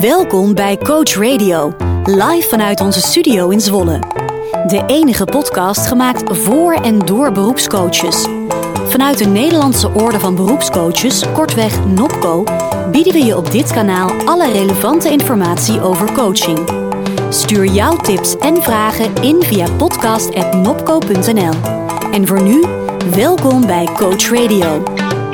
Welkom bij Coach Radio, live vanuit onze studio in Zwolle. De enige podcast gemaakt voor en door beroepscoaches. Vanuit de Nederlandse Orde van Beroepscoaches, kortweg NOBCO, bieden we je op dit kanaal alle relevante informatie over coaching. Stuur jouw tips en vragen in via podcast@nobco.nl. En voor nu, welkom bij Coach Radio.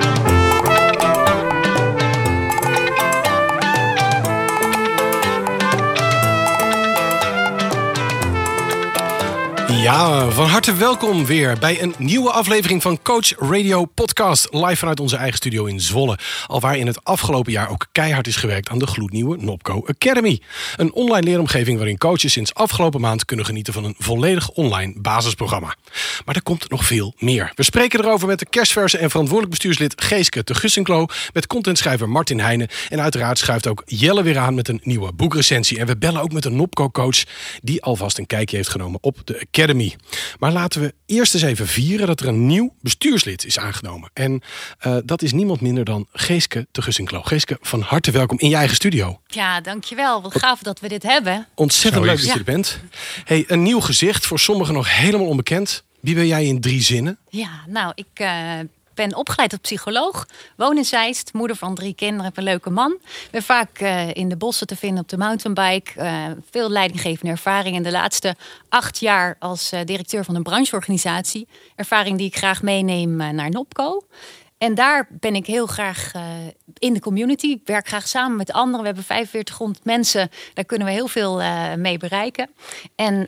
Ja, van harte welkom weer bij een nieuwe aflevering van Coach Radio Podcast. Live vanuit onze eigen studio in Zwolle. Alwaar in het afgelopen jaar ook keihard is gewerkt aan de gloednieuwe NOBCO Academy. Een online leeromgeving waarin coaches sinds afgelopen maand kunnen genieten van een volledig online basisprogramma. Maar er komt nog veel meer. We spreken erover met de kerstverse en verantwoordelijk bestuurslid Geeske te Gussenklo, met contentschrijver Martin Heijnen en uiteraard schuift ook Jelle weer aan met een nieuwe boekrecensie. En we bellen ook met een NOBCO-coach die alvast een kijkje heeft genomen op de Academy. Maar laten we eerst eens even vieren dat er een nieuw bestuurslid is aangenomen. En dat is niemand minder dan Geeske te Gussenklo. Geeske, van harte welkom in je eigen studio. Ja, dankjewel. Wat gaaf dat we dit hebben. Ontzettend leuk dat je er bent. Hey, een nieuw gezicht, voor sommigen nog helemaal onbekend. Wie ben jij in 3 zinnen? Ja, nou, ik ben opgeleid tot psycholoog. Woon in Zeist, moeder van 3 kinderen, heb een leuke man. Ben vaak in de bossen te vinden op de mountainbike. Veel leidinggevende ervaring in de laatste 8 jaar als directeur van een brancheorganisatie. Ervaring die ik graag meeneem naar NOBCO. En daar ben ik heel graag in de community. Ik werk graag samen met anderen. We hebben 4500 mensen. Daar kunnen we heel veel mee bereiken. En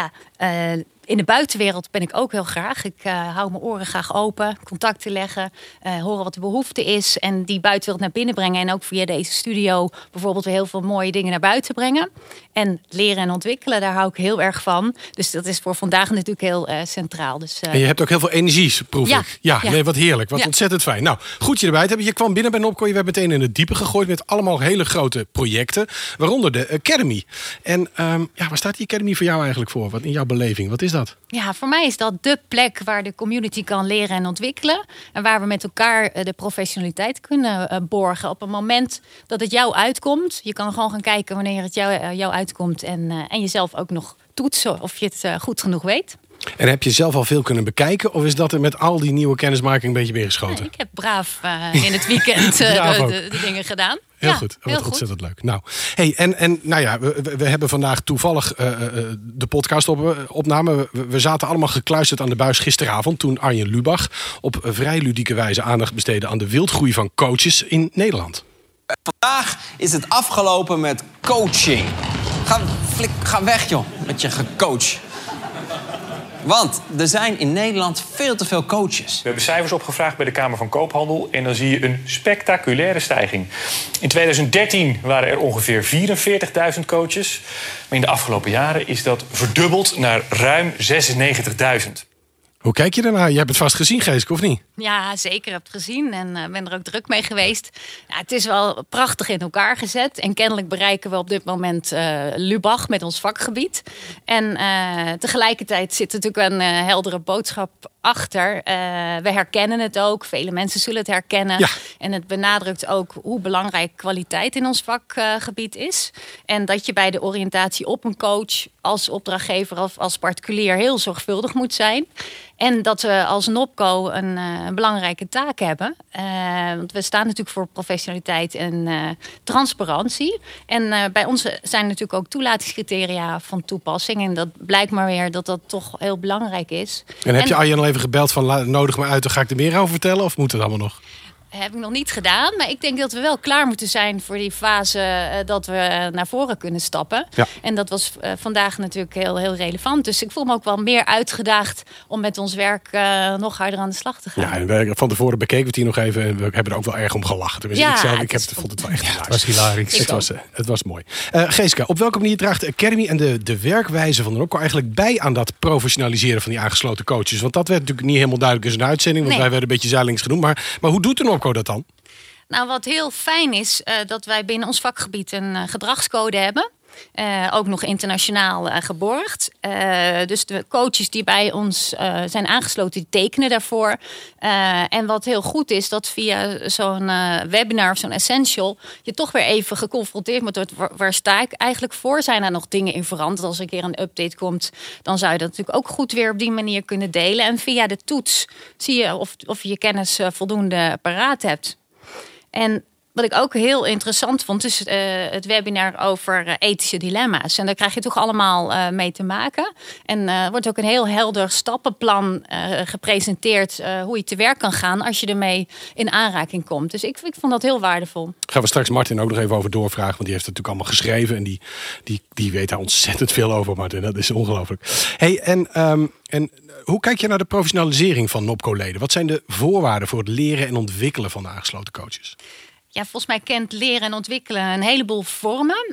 in de buitenwereld ben ik ook heel graag. Ik hou mijn oren graag open, contacten leggen, horen wat de behoefte is en die buitenwereld naar binnen brengen. En ook via deze studio bijvoorbeeld weer heel veel mooie dingen naar buiten brengen. En leren en ontwikkelen, daar hou ik heel erg van. Dus dat is voor vandaag natuurlijk heel centraal. Dus, en je hebt ook heel veel energie, proef ik. Ja. Nee, wat heerlijk, wat ontzettend fijn. Nou, goed je erbij te hebben. Je kwam binnen bij NOBCO, je werd meteen in het diepe gegooid met allemaal hele grote projecten, waaronder de Academy. En waar staat die Academy voor jou eigenlijk voor? Wat in jouw beleving, wat is dat? Ja, voor mij is dat de plek waar de community kan leren en ontwikkelen. En waar we met elkaar de professionaliteit kunnen borgen. Op het moment dat het jou uitkomt. Je kan gewoon gaan kijken wanneer het jou uitkomt. En jezelf ook nog toetsen of je het goed genoeg weet. En heb je zelf al veel kunnen bekijken? Of is dat er met al die nieuwe kennismaking een beetje meegeschoten? Nee, ik heb braaf in het weekend de dingen gedaan. Heel goed. Wat ontzettend leuk. Nou, hey, we hebben vandaag toevallig de podcastopname. We zaten allemaal gekluisterd aan de buis gisteravond toen Arjen Lubach op vrij ludieke wijze aandacht besteedde aan de wildgroei van coaches in Nederland. Vandaag is het afgelopen met coaching. Ga weg, joh, met je gecoach. Want er zijn in Nederland veel te veel coaches. We hebben cijfers opgevraagd bij de Kamer van Koophandel en dan zie je een spectaculaire stijging. In 2013 waren er ongeveer 44.000 coaches. Maar in de afgelopen jaren is dat verdubbeld naar ruim 96.000. Hoe kijk je daarnaar? Je hebt het vast gezien, Geeske, of niet? Ja, zeker heb het gezien en ben er ook druk mee geweest. Ja, het is wel prachtig in elkaar gezet. En kennelijk bereiken we op dit moment Lubach met ons vakgebied. En tegelijkertijd zit er natuurlijk een heldere boodschap achter. We herkennen het ook. Vele mensen zullen het herkennen. Ja. En het benadrukt ook hoe belangrijk kwaliteit in ons vakgebied is. En dat je bij de oriëntatie op een coach als opdrachtgever of als particulier heel zorgvuldig moet zijn. En dat we als NOBCO een belangrijke taak hebben. Want we staan natuurlijk voor professionaliteit en transparantie. En bij ons zijn natuurlijk ook toelatingscriteria van toepassing. En dat blijkt maar weer dat dat toch heel belangrijk is. En heb je Arjen al even gebeld van nodig me uit, dan ga ik er meer over vertellen? Of moet het allemaal nog? Heb ik nog niet gedaan. Maar ik denk dat we wel klaar moeten zijn voor die fase dat we naar voren kunnen stappen. Ja. En dat was vandaag natuurlijk heel relevant. Dus ik voel me ook wel meer uitgedaagd om met ons werk nog harder aan de slag te gaan. Ja, en van tevoren bekeken we het hier nog even. En we hebben er ook wel erg om gelachen. Dus ja, vond het wel echt het was hilarisch. Het was mooi. Geeske, op welke manier draagt de Academy en de werkwijze van de NOBCO eigenlijk bij aan dat professionaliseren van die aangesloten coaches? Want dat werd natuurlijk niet helemaal duidelijk in zijn uitzending. Want wij werden een beetje zijdelings genoemd. Maar hoe doet de NOBCO dat dan? Nou, wat heel fijn is, dat wij binnen ons vakgebied een gedragscode hebben. Ook nog internationaal geborgd. Dus de coaches die bij ons zijn aangesloten, die tekenen daarvoor. En wat heel goed is, dat via zo'n webinar of zo'n essential je toch weer even geconfronteerd wordt. Waar sta ik eigenlijk voor? Zijn er nog dingen in veranderd? Als er een keer een update komt, dan zou je dat natuurlijk ook goed weer op die manier kunnen delen. En via de toets zie je of je je kennis voldoende paraat hebt. En wat ik ook heel interessant vond, is het webinar over ethische dilemma's. En daar krijg je toch allemaal mee te maken. En er wordt ook een heel helder stappenplan gepresenteerd hoe je te werk kan gaan als je ermee in aanraking komt. Dus ik vond dat heel waardevol. Gaan we straks Martin ook nog even over doorvragen, want die heeft het natuurlijk allemaal geschreven en die weet daar ontzettend veel over, Martin. Dat is ongelooflijk. Hey, en hoe kijk je naar de professionalisering van NOPCO-leden? Wat zijn de voorwaarden voor het leren en ontwikkelen van de aangesloten coaches? Ja, volgens mij kent leren en ontwikkelen een heleboel vormen.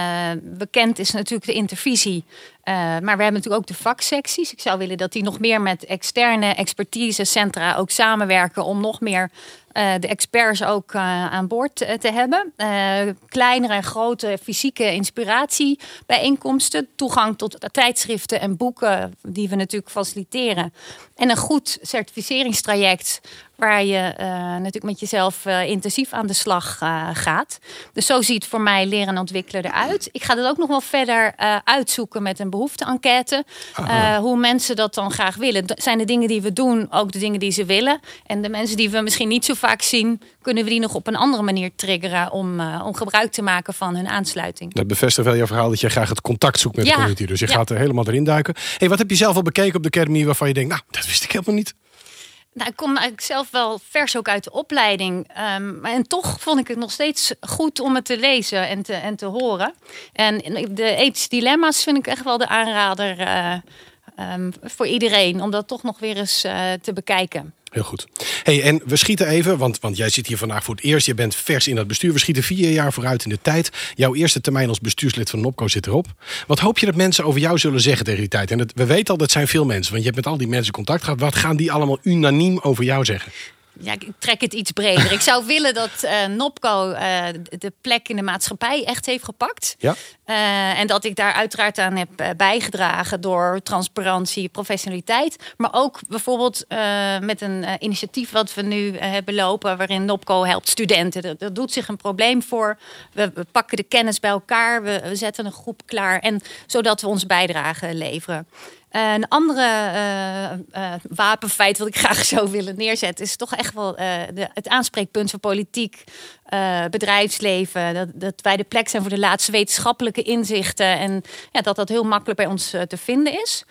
Bekend is natuurlijk de intervisie. Maar we hebben natuurlijk ook de vaksecties. Ik zou willen dat die nog meer met externe expertisecentra ook samenwerken om nog meer de experts ook aan boord te hebben. Kleinere en grote fysieke inspiratiebijeenkomsten. Toegang tot tijdschriften en boeken die we natuurlijk faciliteren. En een goed certificeringstraject waar je natuurlijk met jezelf intensief aan de slag gaat. Dus zo ziet voor mij leren en ontwikkelen eruit. Ik ga dat ook nog wel verder uitzoeken met een behoefte-enquête. Hoe mensen dat dan graag willen. Zijn de dingen die we doen ook de dingen die ze willen? En de mensen die we misschien niet zo vaak zien, kunnen we die nog op een andere manier triggeren om gebruik te maken van hun aansluiting. Dat bevestigt wel jouw verhaal dat je graag het contact zoekt met de community. Dus je gaat er helemaal erin duiken. Hey, wat heb je zelf al bekeken op de Academy waarvan je denkt, nou, dat wist ik helemaal niet? Nou, ik kom eigenlijk zelf wel vers ook uit de opleiding. En toch vond ik het nog steeds goed om het te lezen en te horen. En de ethische dilemma's vind ik echt wel de aanrader voor iedereen. Om dat toch nog weer eens te bekijken. Heel goed. Hey, en we schieten even, want jij zit hier vandaag voor het eerst. Je bent vers in dat bestuur. We schieten 4 jaar vooruit in de tijd. Jouw eerste termijn als bestuurslid van NOPCO zit erop. Wat hoop je dat mensen over jou zullen zeggen tegen die tijd? En we weten al, dat zijn veel mensen. Want je hebt met al die mensen contact gehad. Wat gaan die allemaal unaniem over jou zeggen? Ja, ik trek het iets breder. Ik zou willen dat NOPCO de plek in de maatschappij echt heeft gepakt. Ja. En dat ik daar uiteraard aan heb bijgedragen door transparantie, professionaliteit. Maar ook bijvoorbeeld met een initiatief wat we nu hebben lopen, waarin NOPCO helpt studenten. Er doet zich een probleem voor. We pakken de kennis bij elkaar. We zetten een groep klaar. En zodat we onze bijdrage leveren. Een andere wapenfeit wat ik graag zou willen neerzetten is toch echt wel het aanspreekpunt voor politiek, bedrijfsleven. Dat wij de plek zijn voor de laatste wetenschappelijke inzichten en dat heel makkelijk bij ons te vinden is.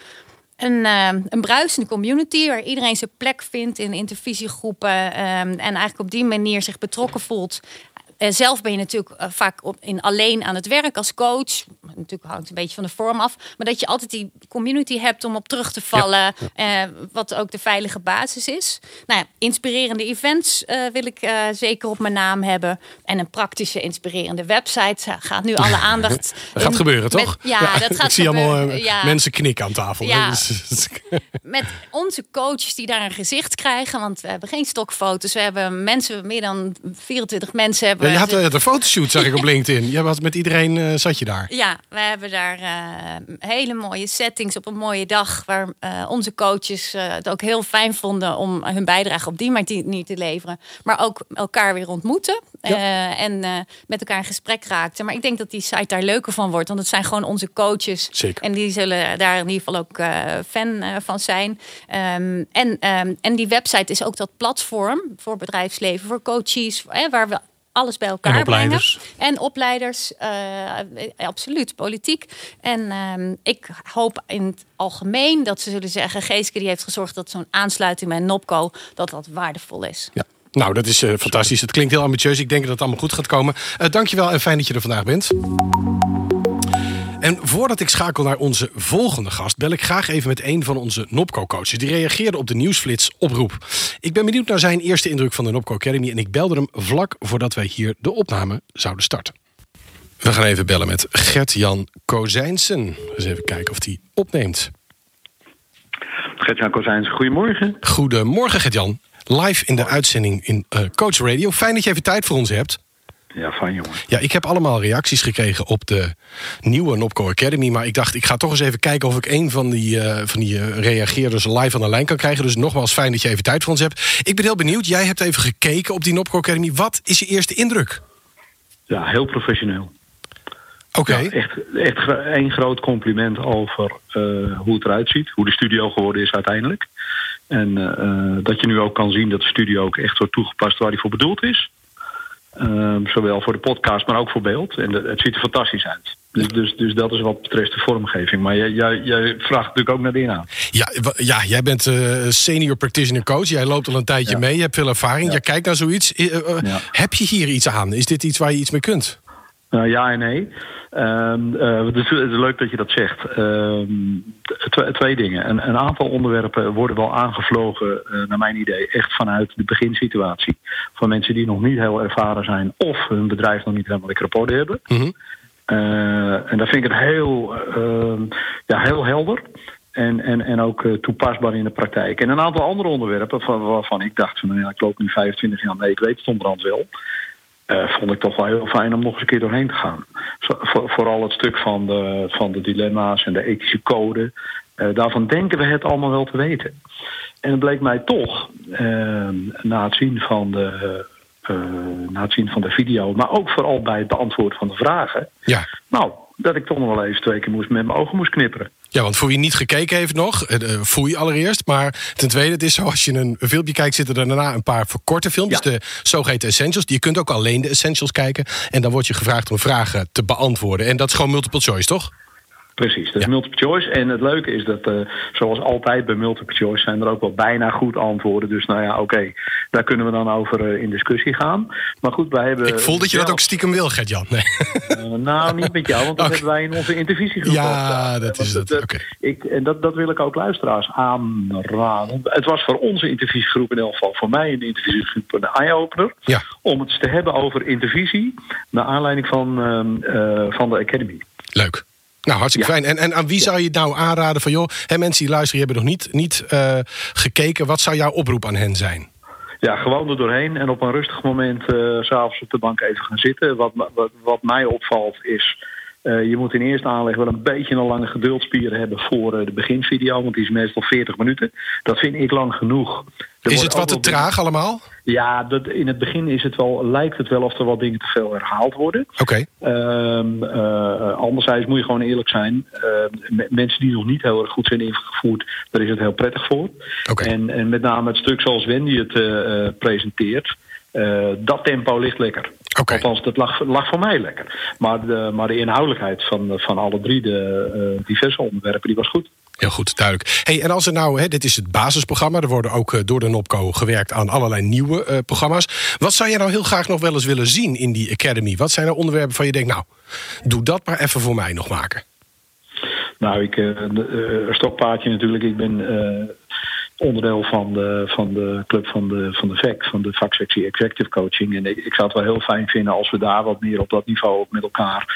Een bruisende community waar iedereen zijn plek vindt in intervisiegroepen en eigenlijk op die manier zich betrokken voelt. Zelf ben je natuurlijk vaak alleen aan het werk als coach. Natuurlijk hangt het een beetje van de vorm af. Maar dat je altijd die community hebt om op terug te vallen. Ja. Wat ook de veilige basis is. Nou ja, inspirerende events wil ik zeker op mijn naam hebben. En een praktische, inspirerende website. Gaat nu alle aandacht. Dat gaat gebeuren, toch? Dat gaat ik zie allemaal mensen knikken aan tafel. Ja. Met onze coaches die daar een gezicht krijgen. Want we hebben geen stokfoto's. We hebben mensen, meer dan 24 mensen hebben. Je had een fotoshoot, zag ik op LinkedIn. Je was met iedereen zat je daar. Ja, we hebben daar hele mooie settings op een mooie dag. Waar onze coaches het ook heel fijn vonden om hun bijdrage op die manier te leveren. Maar ook elkaar weer ontmoeten. Ja. En met elkaar in gesprek raakten. Maar ik denk dat die site daar leuker van wordt. Want het zijn gewoon onze coaches. Zeker. En die zullen daar in ieder geval ook fan van zijn. En die website is ook dat platform voor bedrijfsleven, voor coaches. Waar we alles bij elkaar en opleiders. Brengen. En opleiders, absoluut, politiek. En ik hoop in het algemeen dat ze zullen zeggen, Geeske die heeft gezorgd dat zo'n aansluiting bij NOPCO, dat waardevol is. Ja. Nou, dat is fantastisch. Het klinkt heel ambitieus. Ik denk dat het allemaal goed gaat komen. Dankjewel en fijn dat je er vandaag bent. En voordat ik schakel naar onze volgende gast, bel ik graag even met een van onze NOPCO-coaches. Die reageerde op de Nieuwsflits oproep. Ik ben benieuwd naar zijn eerste indruk van de NOPCO Academy en ik belde hem vlak voordat wij hier de opname zouden starten. We gaan even bellen met Gert-Jan Kozijnsen. Eens even kijken of hij opneemt. Gert-Jan Kozijnsen, goedemorgen. Goedemorgen, Gert-Jan. Live in de uitzending in Coach Radio. Fijn dat je even tijd voor ons hebt. Ja, fijn jongen. Ja, ik heb allemaal reacties gekregen op de nieuwe Nopco Academy. Maar ik dacht, ik ga toch eens even kijken of ik een van die reageerders live aan de lijn kan krijgen. Dus nogmaals fijn dat je even tijd voor ons hebt. Ik ben heel benieuwd. Jij hebt even gekeken op die Nopco Academy. Wat is je eerste indruk? Ja, heel professioneel. Oké. Ja, echt één groot compliment over hoe het eruit ziet. Hoe de studio geworden is uiteindelijk. En dat je nu ook kan zien dat de studio ook echt wordt toegepast waar die voor bedoeld is. Zowel voor de podcast, maar ook voor beeld. En het ziet er fantastisch uit. Dus dat is wat betreft de vormgeving. Maar jij vraagt natuurlijk ook naar de inhoud. Ja, jij bent senior practitioner coach. Jij loopt al een tijdje mee. Je hebt veel ervaring. Ja. Jij kijkt naar zoiets. Heb je hier iets aan? Is dit iets waar je iets mee kunt? Ja en nee. Het is leuk dat je dat zegt. Twee dingen. Een aantal onderwerpen worden wel aangevlogen, naar mijn idee, echt vanuit de beginsituatie. Van mensen die nog niet heel ervaren zijn of hun bedrijf nog niet helemaal lekker op orde hebben. Mm-hmm. En dat vind ik het heel helder. En ook toepasbaar in de praktijk. En een aantal andere onderwerpen waarvan ik dacht van ik loop nu 25 jaar mee, ik weet het onderhand wel. Vond ik toch wel heel fijn om nog eens een keer doorheen te gaan. Vooral het stuk van de dilemma's en de ethische code. Daarvan denken we het allemaal wel te weten. En het bleek mij toch, na het zien van de video, maar ook vooral bij het beantwoorden van de vragen. Ja. Nou, dat ik toch nog wel even 2 keer met mijn ogen moest knipperen. Ja, want voor wie niet gekeken heeft nog, foei allereerst. Maar ten tweede, het is zo, als je een filmpje kijkt, zitten er daarna een paar verkorte filmpjes. Ja. De zogeheten essentials. Je kunt ook alleen de essentials kijken. En dan word je gevraagd om vragen te beantwoorden. En dat is gewoon multiple choice, toch? Precies, dat is multiple choice. En het leuke is dat, zoals altijd bij multiple choice, zijn er ook wel bijna goed antwoorden. Dus oké, daar kunnen we dan over in discussie gaan. Maar goed, wij hebben... Ik voel dat je dat ook stiekem wil, Gert-Jan. Nee. Nou, niet met jou, want dat hebben wij in onze intervisiegroep. Ja, dat is het. Okay. En dat wil ik ook luisteraars aanraden. Het was voor onze intervisiegroep in elk geval, voor mij in de intervisiegroep, een eye-opener. Ja. Om het te hebben over intervisie, naar aanleiding van de Academy. Leuk. Nou, hartstikke fijn. En aan wie zou je het nou aanraden van, mensen die luisteren, die hebben nog niet gekeken. Wat zou jouw oproep aan hen zijn? Ja, gewoon er doorheen en op een rustig moment 's avonds op de bank even gaan zitten. Wat mij opvalt is, je moet in eerste aanleg wel een beetje een lange geduldspier hebben voor de beginvideo. Want die is meestal 40 minuten. Dat vind ik lang genoeg. Is het wat te traag allemaal? Ja, in het begin lijkt het wel of er wat dingen te veel herhaald worden. Oké. Anderzijds moet je gewoon eerlijk zijn. Mensen die nog niet heel erg goed zijn ingevoerd, daar is het heel prettig voor. Okay. En met name het stuk zoals Wendy het presenteert, dat tempo ligt lekker. Okay. Althans, dat lag voor mij lekker. Maar de inhoudelijkheid van alle 3 de diverse onderwerpen, die was goed. Heel goed, duidelijk. Hey, en als er nou, dit is het basisprogramma. Er worden ook door de Nopco gewerkt aan allerlei nieuwe programma's. Wat zou jij nou heel graag nog wel eens willen zien in die Academy? Wat zijn er onderwerpen van je denkt, doe dat maar even voor mij nog maken? Nou, stokpaardje natuurlijk. Ik ben onderdeel van de club van de VEC, van de vaksectie Executive Coaching. En ik zou het wel heel fijn vinden als we daar wat meer op dat niveau ook met elkaar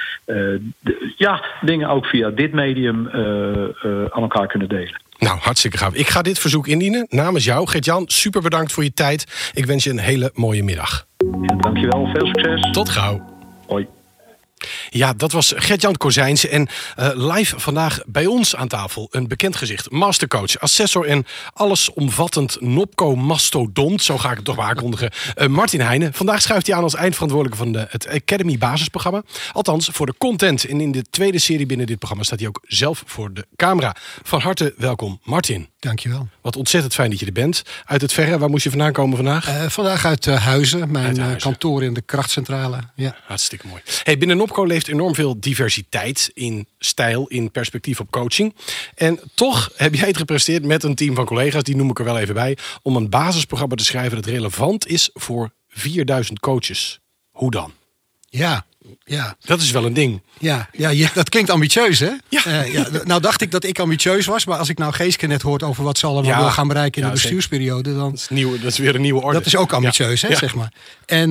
dingen ook via dit medium aan elkaar kunnen delen. Nou, hartstikke gaaf. Ik ga dit verzoek indienen namens jou, Gert-Jan. Super bedankt voor je tijd. Ik wens je een hele mooie middag. Ja, dankjewel, veel succes. Tot gauw. Hoi. Ja, dat was Gert-Jan Kozijnse. En live vandaag bij ons aan tafel een bekend gezicht. Mastercoach, assessor en allesomvattend Nopco-mastodont. Zo ga ik het toch maar aankondigen. Martin Heijnen. Vandaag schuift hij aan als eindverantwoordelijke van het Academy basisprogramma. Althans, voor de content. En in de tweede serie binnen dit programma staat hij ook zelf voor de camera. Van harte welkom, Martin. Dankjewel. Wat ontzettend fijn dat je er bent. Uit het verre, waar moest je vandaan komen vandaag? Vandaag uit Huizen, mijn kantoor in de krachtcentrale. Ja. Hartstikke mooi. Hey, binnen Nopco leeft enorm veel diversiteit in stijl, in perspectief op coaching. En toch heb jij het gepresteerd met een team van collega's, die noem ik er wel even bij, om een basisprogramma te schrijven dat relevant is voor 4000 coaches. Hoe dan? Ja. Dat is wel een ding. Ja, dat klinkt ambitieus, hè? Ja. Nou dacht ik dat ik ambitieus was, maar als ik nou Geeske net hoort over wat ze allemaal wil gaan bereiken in de bestuursperiode, dan... Dat is weer een nieuwe orde. Dat is ook ambitieus, hè, zeg maar. En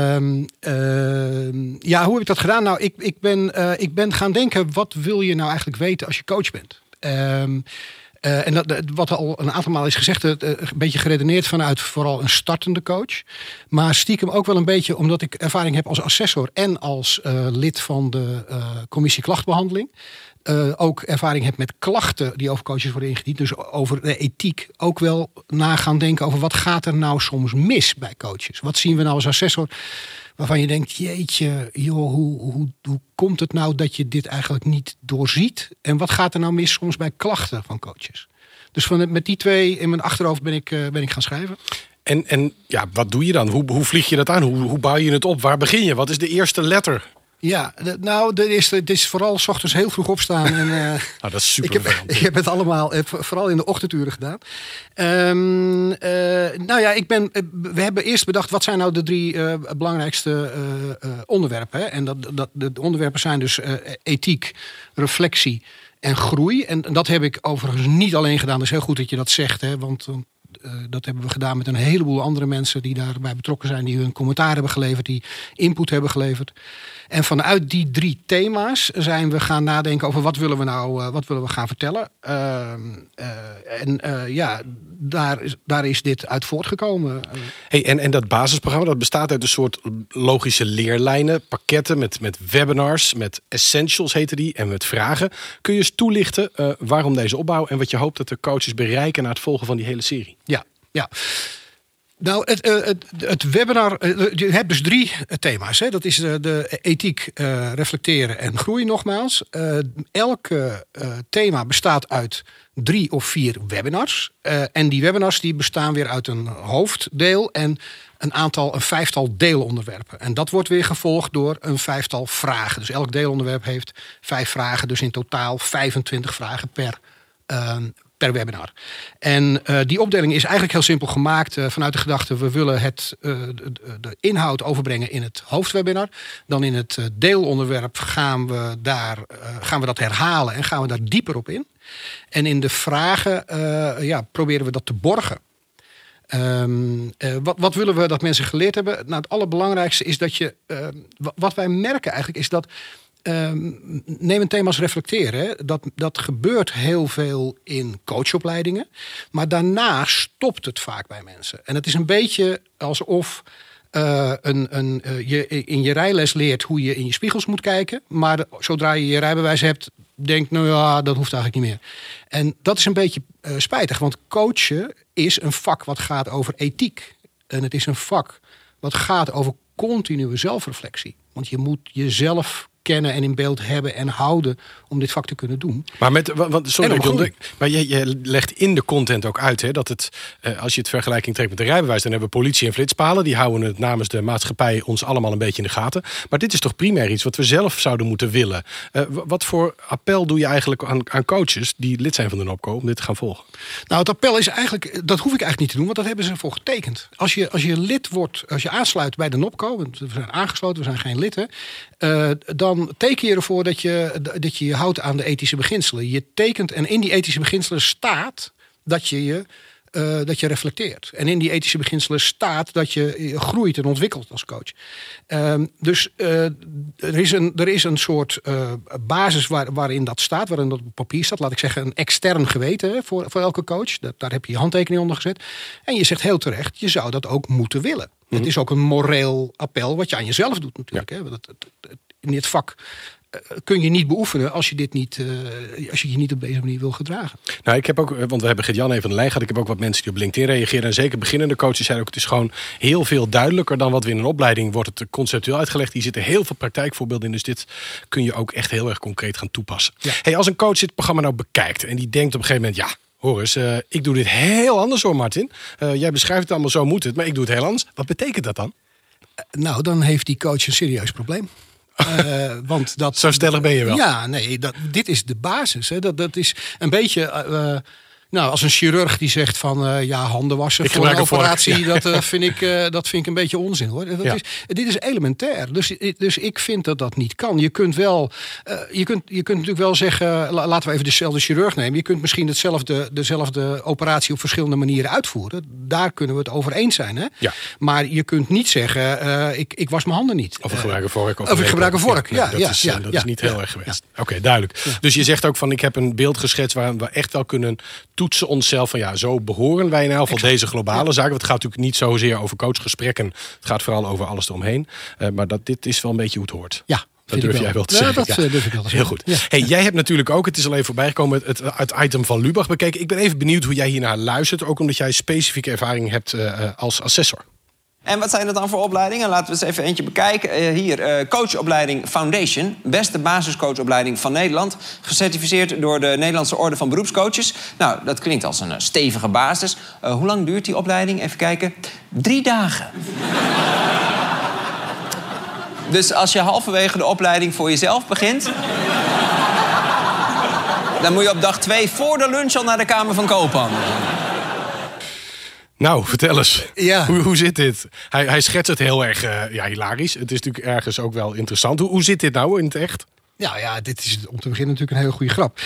hoe heb ik dat gedaan? Nou, ik ben gaan denken, wat wil je nou eigenlijk weten als je coach bent? En wat al een aantal maal is gezegd, een beetje geredeneerd vanuit vooral een startende coach. Maar stiekem ook wel een beetje omdat ik ervaring heb als assessor en als lid van de commissie klachtbehandeling. Ook ervaring heb met klachten die over coaches worden ingediend. Dus over de ethiek ook wel na gaan denken over wat gaat er nou soms mis bij coaches. Wat zien we nou als assessor waarvan je denkt, jeetje, joh, hoe komt het nou dat je dit eigenlijk niet doorziet? En wat gaat er nou mis soms bij klachten van coaches? Dus met die twee in mijn achterhoofd ben ik gaan schrijven. En ja, wat doe je dan? Hoe vlieg je dat aan? Hoe bouw je het op? Waar begin je? Wat is de eerste letter? Ja, het is vooral 's ochtends heel vroeg opstaan. En, dat is super. Ik heb het allemaal, vooral in de ochtenduren gedaan. We hebben eerst bedacht, wat zijn nou de 3 belangrijkste onderwerpen? Hè? En de onderwerpen zijn dus ethiek, reflectie en groei. En dat heb ik overigens niet alleen gedaan. Dat is heel goed dat je dat zegt, hè? Want dat hebben we gedaan met een heleboel andere mensen die daarbij betrokken zijn, die hun commentaar hebben geleverd, die input hebben geleverd. En vanuit die 3 thema's zijn we gaan nadenken over wat willen we gaan vertellen. Daar is dit uit voortgekomen. Hey, en dat basisprogramma, dat bestaat uit een soort logische leerlijnen, pakketten met webinars, met essentials heten die, en met vragen. Kun je eens toelichten waarom deze opbouw en wat je hoopt dat de coaches bereiken na het volgen van die hele serie? Ja. Nou, het webinar, je hebt dus 3 thema's. Hè? Dat is de ethiek, reflecteren en groei nogmaals. Elke thema bestaat uit 3 of 4 webinars. En die webinars die bestaan weer uit een hoofddeel en een 5-tal deelonderwerpen. En dat wordt weer gevolgd door een 5-tal vragen. Dus elk deelonderwerp heeft 5 vragen. Dus in totaal 25 vragen per webinar. En die opdeling is eigenlijk heel simpel gemaakt vanuit de gedachte, we willen de inhoud overbrengen in het hoofdwebinar. Dan in het deelonderwerp gaan we dat herhalen en gaan we daar dieper op in. En in de vragen proberen we dat te borgen. Wat willen we dat mensen geleerd hebben? Nou, het allerbelangrijkste is dat je, wat wij merken eigenlijk is dat, neem een thema als reflecteren. Hè. Dat gebeurt heel veel in coachopleidingen. Maar daarna stopt het vaak bij mensen. En het is een beetje alsof je in je rijles leert hoe je in je spiegels moet kijken. Maar zodra je je rijbewijs hebt, denkt, nou ja, dat hoeft eigenlijk niet meer. En dat is een beetje spijtig. Want coachen is een vak wat gaat over ethiek. En het is een vak wat gaat over continue zelfreflectie. Want je moet jezelf kennen en in beeld hebben en houden om dit vak te kunnen doen. Maar maar je legt in de content ook uit, hè, dat het, als je het vergelijking trekt met de rijbewijs, dan hebben we politie en flitspalen, die houden het namens de maatschappij ons allemaal een beetje in de gaten. Maar dit is toch primair iets wat we zelf zouden moeten willen. Wat voor appel doe je eigenlijk aan coaches die lid zijn van de NOPCO om dit te gaan volgen? Nou, het appel is eigenlijk, dat hoef ik eigenlijk niet te doen, want dat hebben ze ervoor getekend. Als je lid wordt, als je aansluit bij de NOPCO, want we zijn aangesloten, we zijn geen lid, dan teken je ervoor dat je houdt aan de ethische beginselen. Je tekent en in die ethische beginselen staat dat je reflecteert. En in die ethische beginselen staat dat je groeit en ontwikkelt als coach. Dus er is een soort basis waarin dat staat, waarin dat op papier staat. Laat ik zeggen, een extern geweten voor elke coach. Daar heb je je handtekening onder gezet. En je zegt heel terecht, je zou dat ook moeten willen. Mm-hmm. Het is ook een moreel appel wat je aan jezelf doet natuurlijk. Ja. Hè? In dit vak kun je niet beoefenen als je je niet op deze manier wil gedragen. Nou, ik heb ook, want we hebben Gert-Jan even van de lijn gehad. Ik heb ook wat mensen die op LinkedIn reageren. En zeker beginnende coaches zeiden ook, het is gewoon heel veel duidelijker dan wat we in een opleiding wordt het conceptueel uitgelegd. Hier zitten heel veel praktijkvoorbeelden in. Dus dit kun je ook echt heel erg concreet gaan toepassen. Ja. Hey, als een coach dit programma nou bekijkt en die denkt op een gegeven moment, ja, hoor eens, ik doe dit heel anders hoor, Martin. Jij beschrijft het allemaal, zo moet het, maar ik doe het heel anders. Wat betekent dat dan? Nou, dan heeft die coach een serieus probleem. Want zo stellig ben je wel. Ja, nee, dit is de basis. Hè. Dat is een beetje, Nou, als een chirurg die zegt van handen wassen voor een operatie, dat vind ik een beetje onzin, hoor. Dit is elementair. Dus ik vind dat niet kan. Je kunt wel, je kunt natuurlijk wel zeggen, laten we even dezelfde chirurg nemen. Je kunt misschien dezelfde operatie op verschillende manieren uitvoeren. Daar kunnen we het over eens zijn, hè? Ja. Maar je kunt niet zeggen, ik was mijn handen niet. Of ik gebruik een vork. Of ik gebruik een vork. Dat is niet heel erg geweest. Ja. Oké, duidelijk. Ja. Dus je zegt ook van, ik heb een beeld geschetst waar we echt wel kunnen toetsen onszelf van zo behoren wij in elk geval deze globale zaken. Want het gaat natuurlijk niet zozeer over coachgesprekken. Het gaat vooral over alles eromheen. Maar dit is wel een beetje hoe het hoort. Ja. Dat durf jij wel te zeggen. Dat durf ik wel te zeggen. Heel goed. Ja. Hey, jij hebt natuurlijk ook, het is al even voorbij gekomen, het item van Lubach bekeken. Ik ben even benieuwd hoe jij hiernaar luistert. Ook omdat jij specifieke ervaring hebt als assessor. En wat zijn dat dan voor opleidingen? Laten we eens even eentje bekijken. Hier, coachopleiding Foundation. Beste basiscoachopleiding van Nederland. Gecertificeerd door de Nederlandse Orde van Beroepscoaches. Nou, dat klinkt als een stevige basis. Hoe lang duurt die opleiding? Even kijken. 3 dagen. Dus als je halverwege de opleiding voor jezelf begint, dan moet je op dag 2 voor de lunch al naar de Kamer van Koophandel. Nou, vertel eens. Ja. Hoe zit dit? Hij schetst het heel erg hilarisch. Het is natuurlijk ergens ook wel interessant. Hoe zit dit nou in het echt? Nou ja, dit is om te beginnen natuurlijk een hele goede grap.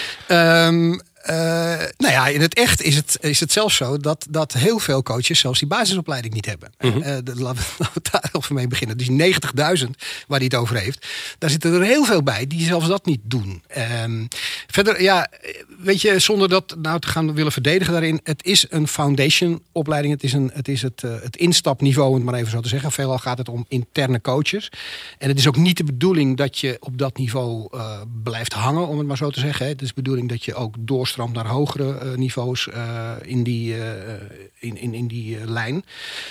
In het echt is het zelfs zo dat heel veel coaches zelfs die basisopleiding niet hebben. Laten we daar even mee beginnen. Die 90.000 waar hij het over heeft, daar zitten er heel veel bij die zelfs dat niet doen. Verder, weet je, zonder dat nou te gaan willen verdedigen daarin, het is een foundation opleiding. Het is het instapniveau, om het maar even zo te zeggen. Veelal gaat het om interne coaches. En het is ook niet de bedoeling dat je op dat niveau blijft hangen, om het maar zo te zeggen. Het is de bedoeling dat je ook doorstroomt naar hogere niveaus in die lijn.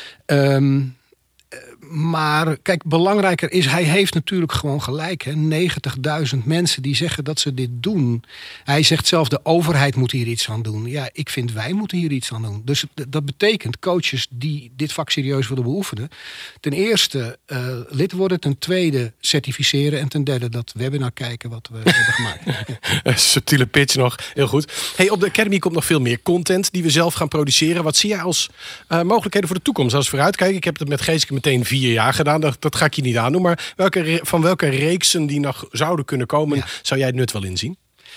Maar kijk, belangrijker is, hij heeft natuurlijk gewoon gelijk. 90.000 mensen die zeggen dat ze dit doen. Hij zegt zelf, de overheid moet hier iets aan doen. Ja, ik vind wij moeten hier iets aan doen. Dus dat betekent coaches die dit vak serieus willen beoefenen, ten eerste lid worden, ten tweede certificeren en ten derde dat webinar kijken wat we hebben gemaakt. Subtiele pitch nog, heel goed. Hey, op de Academy komt nog veel meer content die we zelf gaan produceren. Wat zie jij als mogelijkheden voor de toekomst? Als we vooruitkijken, ik heb het met Geeske meteen 4 jaar gedaan. Dat ga ik je niet aandoen. Maar van welke reeksen die nog zouden kunnen komen, zou jij het nut wel inzien?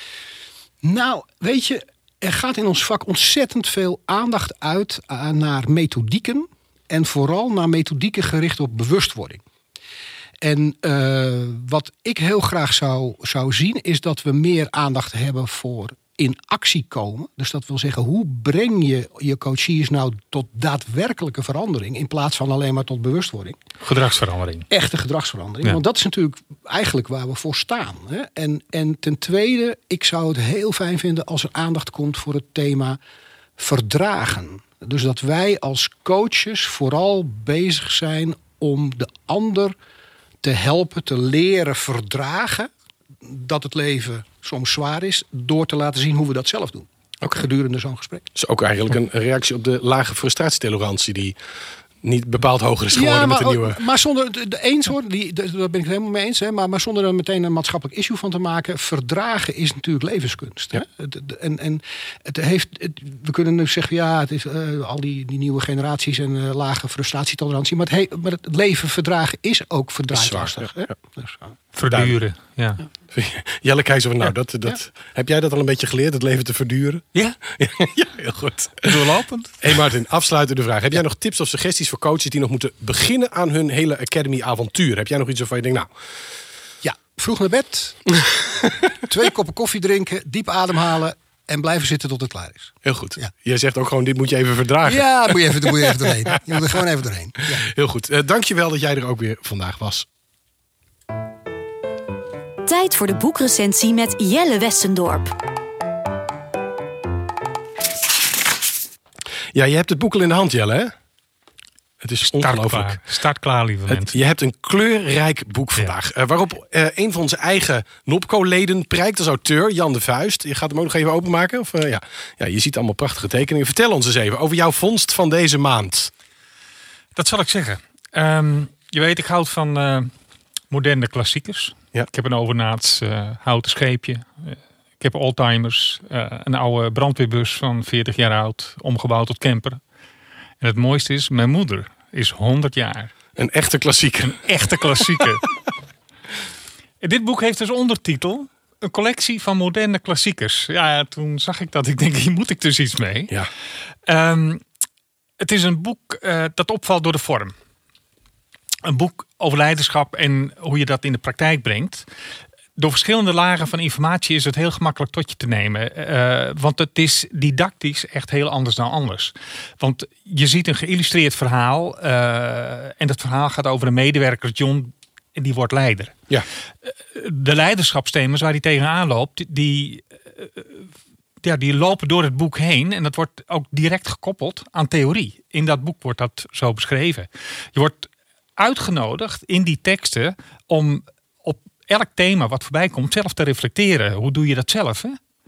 Nou, weet je, er gaat in ons vak ontzettend veel aandacht uit naar methodieken. En vooral naar methodieken gericht op bewustwording. En wat ik heel graag zou zien, is dat we meer aandacht hebben voor in actie komen. Dus dat wil zeggen, hoe breng je je coaches nou tot daadwerkelijke verandering in plaats van alleen maar tot bewustwording? Gedragsverandering. Echte gedragsverandering. Ja. Want dat is natuurlijk eigenlijk waar we voor staan. Hè? En ten tweede, ik zou het heel fijn vinden als er aandacht komt voor het thema verdragen. Dus dat wij als coaches vooral bezig zijn om de ander te helpen, te leren verdragen dat het leven soms zwaar is, door te laten zien hoe we dat zelf doen. Ook gedurende zo'n gesprek. Dus ook eigenlijk een reactie op de lage frustratietolerantie die niet bepaald hoger is geworden met de nieuwe. Maar zonder eens hoor, daar ben ik het helemaal mee eens. Hè, maar zonder er meteen een maatschappelijk issue van te maken. Verdragen is natuurlijk levenskunst. Ja. Hè? En we kunnen nu zeggen, het is al die nieuwe generaties en lage frustratietolerantie. Maar het leven verdragen is ook verdraailastig. Ja. Verduren, ja. Jelle Keizer, heb jij dat al een beetje geleerd, het leven te verduren? Ja. Ja, heel goed. Doorlopend. Hey Martin, afsluitende vraag. Heb jij nog tips of suggesties voor coaches die nog moeten beginnen aan hun hele Academy-avontuur? Heb jij nog iets waarvan je denkt, Ja, vroeg naar bed. 2 koppen koffie drinken, diep ademhalen en blijven zitten tot het klaar is. Heel goed. Ja. Jij zegt ook gewoon, dit moet je even verdragen. Ja, moet je even doorheen. Je moet er gewoon even doorheen. Ja. Heel goed. Dankjewel dat jij er ook weer vandaag was. Tijd voor de boekrecensie met Jelle Westendorp. Ja, je hebt het boek al in de hand, Jelle, hè? Het is ongelooflijk. Start klaar, lieve mensen. Je hebt een kleurrijk boek vandaag. Waarop een van onze eigen NOPCO-leden prijkt als auteur, Jan de Vuist. Je gaat hem ook nog even openmaken? Of, ja, je ziet allemaal prachtige tekeningen. Vertel ons eens even over jouw vondst van deze maand. Dat zal ik zeggen. Je weet, ik houd van moderne klassiekers. Ja. Ik heb een overnaats houten scheepje. Ik Ik heb oldtimers, een oude brandweerbus van 40 jaar oud, omgebouwd tot camper. En het mooiste is, mijn moeder is 100 jaar. Een echte klassieker. Een echte klassieker. En dit boek heeft als ondertitel een collectie van moderne klassiekers. Ja, toen zag ik dat. Ik denk, hier moet ik dus iets mee. Ja. Het is een boek dat opvalt door de vorm. Een boek over leiderschap en hoe je dat in de praktijk brengt. Door verschillende lagen van informatie is het heel gemakkelijk tot je te nemen. Want het is didactisch echt heel anders dan anders. Want je ziet een geïllustreerd verhaal. En dat verhaal gaat over een medewerker, John, die wordt leider. Ja. De leiderschapsthema's waar hij tegenaan loopt, die lopen door het boek heen. En dat wordt ook direct gekoppeld aan theorie. In dat boek wordt dat zo beschreven. Je wordt uitgenodigd in die teksten om op elk thema wat voorbij komt zelf te reflecteren. Hoe doe je dat zelf? Hè?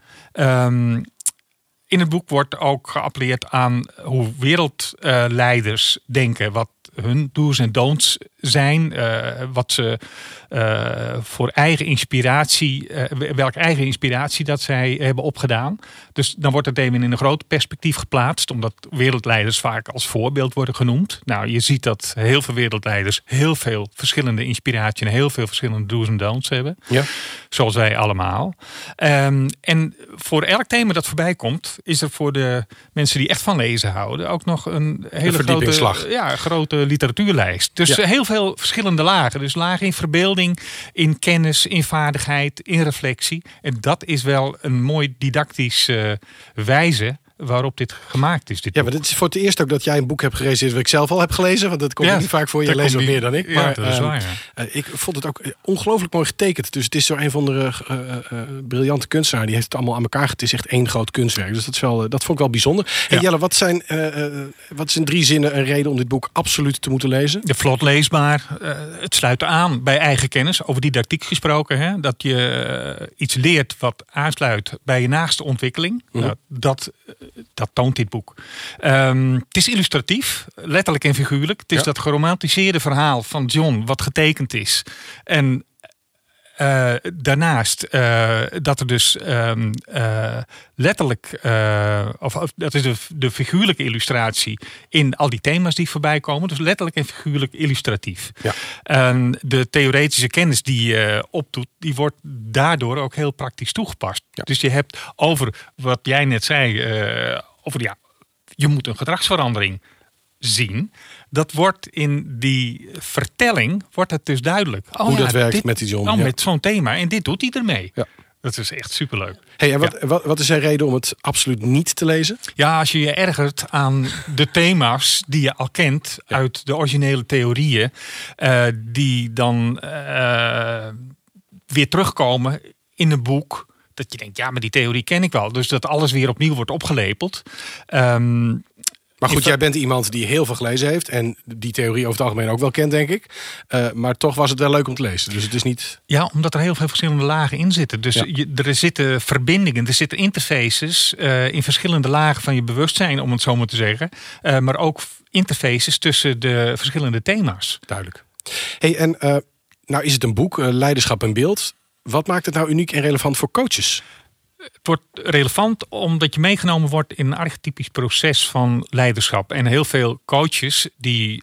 In het boek wordt ook geappelleerd aan hoe wereldleiders denken. Wat hun do's en don'ts zijn. Wat ze voor eigen inspiratie, welke eigen inspiratie dat zij hebben opgedaan. Dus dan wordt het even in een groot perspectief geplaatst. Omdat wereldleiders vaak als voorbeeld worden genoemd. Nou, je ziet dat heel veel wereldleiders heel veel verschillende inspiratie en heel veel verschillende do's en don'ts hebben. Ja. Zoals wij allemaal. En voor elk thema dat voorbij komt, is er voor de mensen die echt van lezen houden ook nog een hele grote literatuurlijst. Dus heel veel verschillende lagen. Dus lagen in verbeelding, in kennis, in vaardigheid, in reflectie. En dat is wel een mooi didactische wijze waarop dit gemaakt is. Maar het is voor het eerst ook dat jij een boek hebt gelezen wat ik zelf al heb gelezen. Want dat komt niet vaak voor. Je leest wat meer dan ik. Maar dat is waar, ik vond het ook ongelooflijk mooi getekend. Dus het is zo een van de briljante kunstenaar. Die heeft het allemaal aan elkaar. Het is echt één groot kunstwerk. Dus dat vond ik wel bijzonder. Hey, Jelle, wat is in 3 zinnen een reden om dit boek absoluut te moeten lezen? Vlot leesbaar. Het sluit aan bij eigen kennis. Over didactiek gesproken. Hè? Dat je iets leert wat aansluit bij je naaste ontwikkeling. Mm-hmm. Dat toont dit boek. Het is illustratief, letterlijk en figuurlijk. Het is dat geromantiseerde verhaal van John wat getekend is. En daarnaast dat er dus letterlijk, dat is de figuurlijke illustratie in al die thema's die voorbij komen. Dus letterlijk en figuurlijk illustratief. Ja. De theoretische kennis die je opdoet, die wordt daardoor ook heel praktisch toegepast. Ja. Dus je hebt over wat jij net zei, je moet een gedragsverandering zien. Dat wordt in die vertelling wordt het dus duidelijk. Hoe dat werkt met die John. Met zo'n thema. En dit doet hij ermee. Ja. Dat is echt superleuk. Hey, en wat is zijn reden om het absoluut niet te lezen? Ja, als je je ergert aan de thema's die je al kent uit de originele theorieën. Die dan weer terugkomen in een boek. Dat je denkt, maar die theorie ken ik wel. Dus dat alles weer opnieuw wordt opgelepeld. Maar goed, jij bent iemand die heel veel gelezen heeft. En die theorie over het algemeen ook wel kent, denk ik. Maar toch was het wel leuk om te lezen. Dus het is niet... Ja, omdat er heel veel verschillende lagen in zitten. Dus er zitten verbindingen, er zitten interfaces in verschillende lagen van je bewustzijn, om het zo maar te zeggen. Maar ook interfaces tussen de verschillende thema's. Duidelijk. Hey, en nou is het een boek, Leiderschap in beeld. Wat maakt het nou uniek en relevant voor coaches? Het wordt relevant omdat je meegenomen wordt in een archetypisch proces van leiderschap. En heel veel coaches die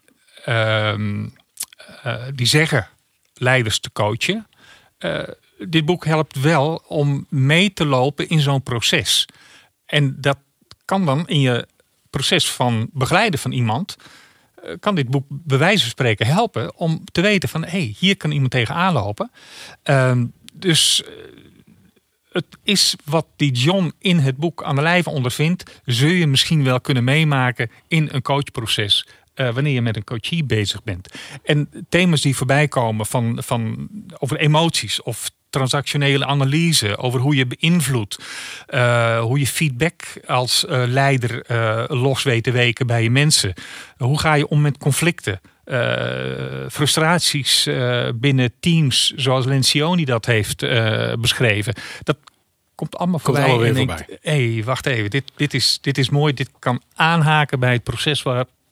zeggen leiders te coachen. Dit boek helpt wel om mee te lopen in zo'n proces. En dat kan dan in je proces van begeleiden van iemand, kan dit boek bij wijze van spreken helpen om te weten van hier kan iemand tegenaan lopen. Dus het is wat die John in het boek aan de lijve ondervindt, zul je misschien wel kunnen meemaken in een coachproces. Wanneer je met een coachie bezig bent. En thema's die voorbij komen over emoties of transactionele analyse, over hoe je beïnvloedt, hoe je feedback als leider los weet te weken bij je mensen. Hoe ga je om met conflicten? Frustraties binnen teams, zoals Lencioni dat heeft beschreven. Dat komt allemaal voorbij. En denkt, wacht even, dit is mooi. Dit kan aanhaken bij het proces waar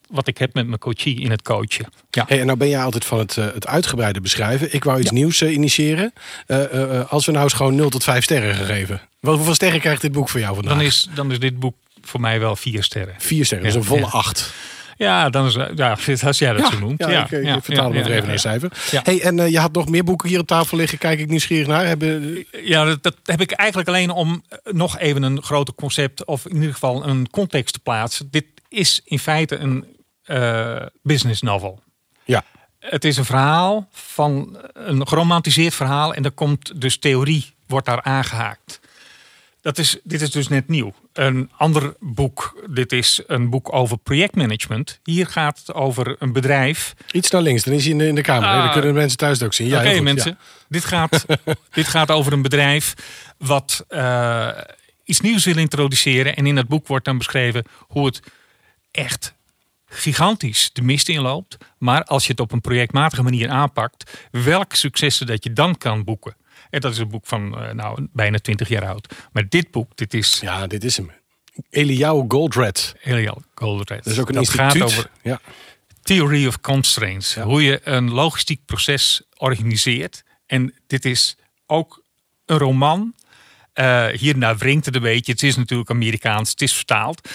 wat ik heb met mijn coachie in het coachen. Ja. Hey, en nou ben jij altijd van het uitgebreide beschrijven. Ik wou iets nieuws initiëren. Als we nou eens gewoon 0 tot 5 sterren gegeven. Hoeveel sterren krijgt dit boek voor jou vandaag? Dan is dit boek voor mij wel 4 sterren. 4 sterren, dus een volle 8. Ja, dan is, als jij dat zo noemt. Ik vertaal het even naar een cijfer. Ja. Hey, en je had nog meer boeken hier op tafel liggen. Kijk ik nieuwsgierig naar. Ja, dat heb ik eigenlijk alleen om nog even een groter concept... of in ieder geval een context te plaatsen. Dit is in feite een business novel. Ja. Het is een verhaal van een geromantiseerd verhaal... en er komt dus theorie, wordt daar aangehaakt. Dit is dus net nieuw. Een ander boek, dit is een boek over projectmanagement. Hier gaat het over een bedrijf. Iets naar links, dan is hij in de kamer. Dan kunnen de mensen thuis het ook zien. Ja, Oké, mensen. Ja. Dit gaat over een bedrijf wat iets nieuws wil introduceren. En in het boek wordt dan beschreven hoe het echt gigantisch de mist inloopt. Maar als je het op een projectmatige manier aanpakt, welke successen dat je dan kan boeken. En dat is een boek van bijna 20 jaar oud. Maar dit boek, dit is... Ja, dit is hem. Eliyahu Goldratt. Dat is ook een instituut. Gaat over Theory of Constraints. Ja. Hoe je een logistiek proces organiseert. En dit is ook een roman. Hierna wringt het een beetje. Het is natuurlijk Amerikaans. Het is vertaald.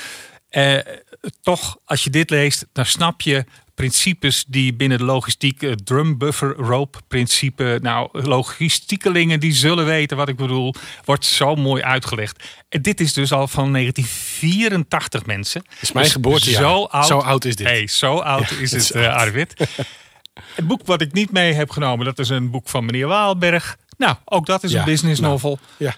Toch, als je dit leest, dan snap je principes die binnen de logistiek, drum buffer rope principe, logistiekelingen die zullen weten wat ik bedoel, wordt zo mooi uitgelegd. En dit is dus al van 1984, mensen. Dat is mijn geboortejaar. Zo oud is dit. Hey, zo oud is het, Arvid. Het boek wat ik niet mee heb genomen, dat is een boek van meneer Waalberg. Nou, ook dat is een business novel. Ja.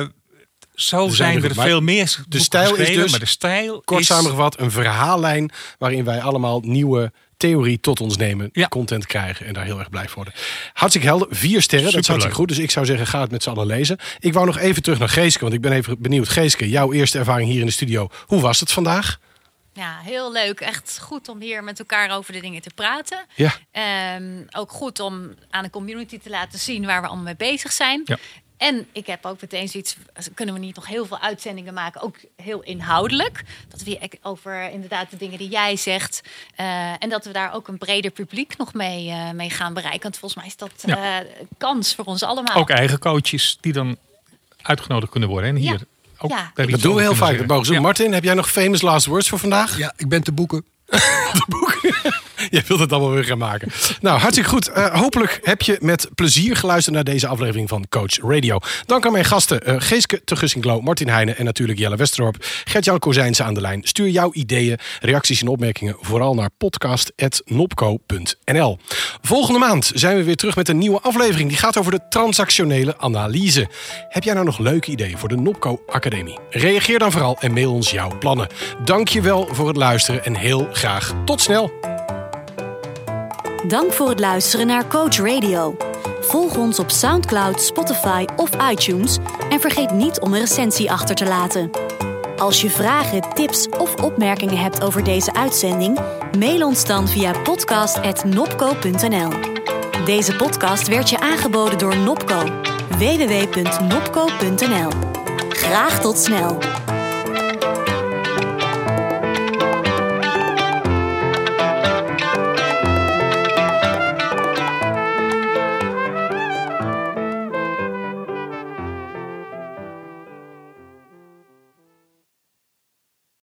Zo zijn er veel meer. De stijl is dus, maar de stijl kort samengevat, een verhaallijn waarin wij allemaal nieuwe theorie tot ons nemen, content krijgen en daar heel erg blij voor worden. Hartstikke helder, 4 sterren, dat is hartstikke goed. Dus ik zou zeggen, ga het met z'n allen lezen. Ik wou nog even terug naar Geeske, want ik ben even benieuwd. Geeske, jouw eerste ervaring hier in de studio. Hoe was het vandaag? Ja, heel leuk. Echt goed om hier met elkaar over de dingen te praten. Ja. Ook goed om aan de community te laten zien waar we allemaal mee bezig zijn. Ja. En ik heb ook meteen zoiets, kunnen we niet nog heel veel uitzendingen maken, ook heel inhoudelijk. Dat we over inderdaad de dingen die jij zegt. En dat we daar ook een breder publiek nog mee gaan bereiken. Want volgens mij is dat kans voor ons allemaal. Ook eigen coaches die dan uitgenodigd kunnen worden. En hier ook dat doen we heel vaak. Dat mogen ze doen. Martin, heb jij nog famous last words voor vandaag? Ja, ik ben te boeken. Jij wilt het allemaal weer gaan maken. Nou, hartstikke goed. Hopelijk heb je met plezier geluisterd naar deze aflevering van Coach Radio. Dank aan mijn gasten Geeske te Gussinklo, Martin Heijnen en natuurlijk Jelle Westerorp. Gert-Jan Kozijnse aan de lijn. Stuur jouw ideeën, reacties en opmerkingen vooral naar podcast@nopco.nl. Volgende maand zijn we weer terug met een nieuwe aflevering. Die gaat over de transactionele analyse. Heb jij nou nog leuke ideeën voor de Nopco Academie? Reageer dan vooral en mail ons jouw plannen. Dank je wel voor het luisteren en heel graag tot snel. Dank voor het luisteren naar Coach Radio. Volg ons op SoundCloud, Spotify of iTunes en vergeet niet om een recensie achter te laten. Als je vragen, tips of opmerkingen hebt over deze uitzending, mail ons dan via podcast@nopco.nl. Deze podcast werd je aangeboden door Nopco. www.nopco.nl. Graag tot snel.